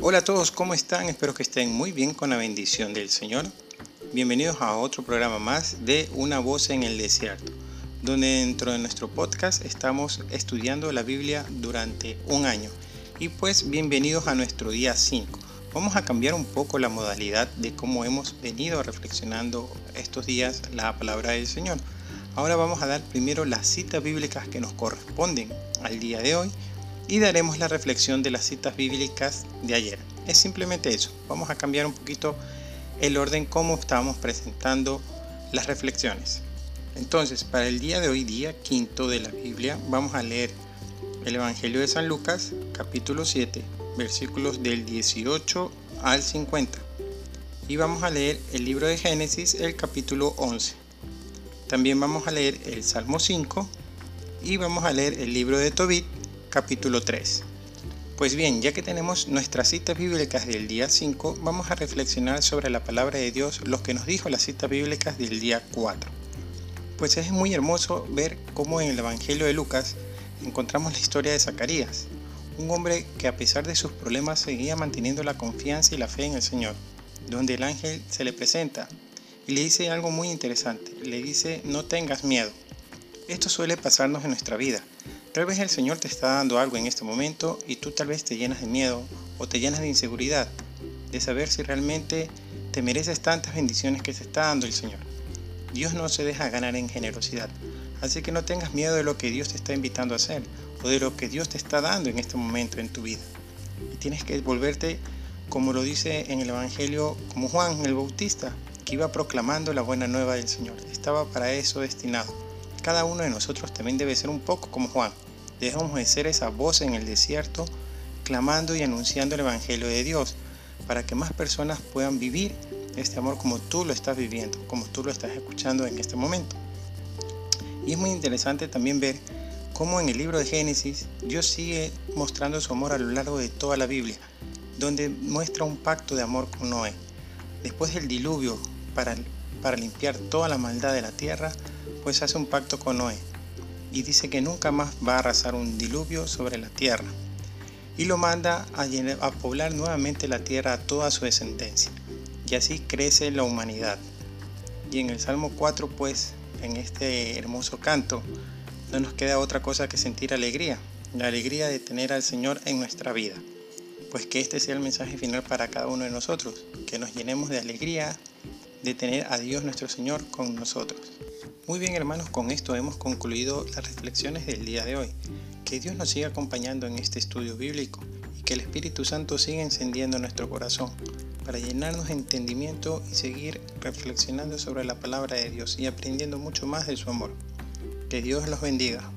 Hola a todos, ¿cómo están? Espero que estén muy bien con la bendición del Señor. Bienvenidos a otro programa más de Una voz en el desierto, donde dentro de nuestro podcast estamos estudiando la Biblia durante un año. Y pues bienvenidos a nuestro día 5. Vamos a cambiar un poco la modalidad de cómo hemos venido reflexionando estos días la palabra del Señor. Ahora vamos a dar primero las citas bíblicas que nos corresponden al día de hoy y daremos la reflexión de las citas bíblicas de ayer. Es simplemente eso. Vamos a cambiar un poquito el orden como estábamos presentando las reflexiones. Entonces, para el día de hoy, día quinto de la Biblia, vamos a leer el Evangelio de San Lucas, capítulo 7, versículos del 18 al 50. Y vamos a leer el libro de Génesis, el capítulo 11. También vamos a leer el Salmo 5 y vamos a leer el libro de Tobit, capítulo 3. Pues bien, ya que tenemos nuestras citas bíblicas del día 5, vamos a reflexionar sobre la palabra de Dios, lo que nos dijo las citas bíblicas del día 4. Pues es muy hermoso ver cómo en el Evangelio de Lucas encontramos la historia de Zacarías, un hombre que a pesar de sus problemas seguía manteniendo la confianza y la fe en el Señor, donde el ángel se le presenta y le dice algo muy interesante, le dice: no tengas miedo. Esto suele pasarnos en nuestra vida. Tal vez el Señor te está dando algo en este momento y tú tal vez te llenas de miedo o te llenas de inseguridad, de saber si realmente te mereces tantas bendiciones que te está dando el Señor. Dios no se deja ganar en generosidad, así que no tengas miedo de lo que Dios te está invitando a hacer o de lo que Dios te está dando en este momento en tu vida. Y tienes que volverte, como lo dice en el Evangelio, como Juan el Bautista, que iba proclamando la buena nueva del Señor. Estaba para eso destinado. Cada uno de nosotros también debe ser un poco como Juan. Dejemos de ser esa voz en el desierto, clamando y anunciando el Evangelio de Dios, para que más personas puedan vivir este amor como tú lo estás viviendo, como tú lo estás escuchando en este momento. Y es muy interesante también ver cómo en el libro de Génesis Dios sigue mostrando su amor a lo largo de toda la Biblia, donde muestra un pacto de amor con Noé. Después del diluvio, para limpiar toda la maldad de la tierra, pues hace un pacto con Noé. Y dice que nunca más va a arrasar un diluvio sobre la tierra. Y lo manda a poblar nuevamente la tierra a toda su descendencia. Y así crece la humanidad. Y en el Salmo 4, pues, en este hermoso canto, no nos queda otra cosa que sentir alegría. La alegría de tener al Señor en nuestra vida. Pues que este sea el mensaje final para cada uno de nosotros. Que nos llenemos de alegría de tener a Dios nuestro Señor con nosotros. Muy bien, hermanos, con esto hemos concluido las reflexiones del día de hoy. Que Dios nos siga acompañando en este estudio bíblico y que el Espíritu Santo siga encendiendo nuestro corazón para llenarnos de entendimiento y seguir reflexionando sobre la palabra de Dios y aprendiendo mucho más de su amor. Que Dios los bendiga.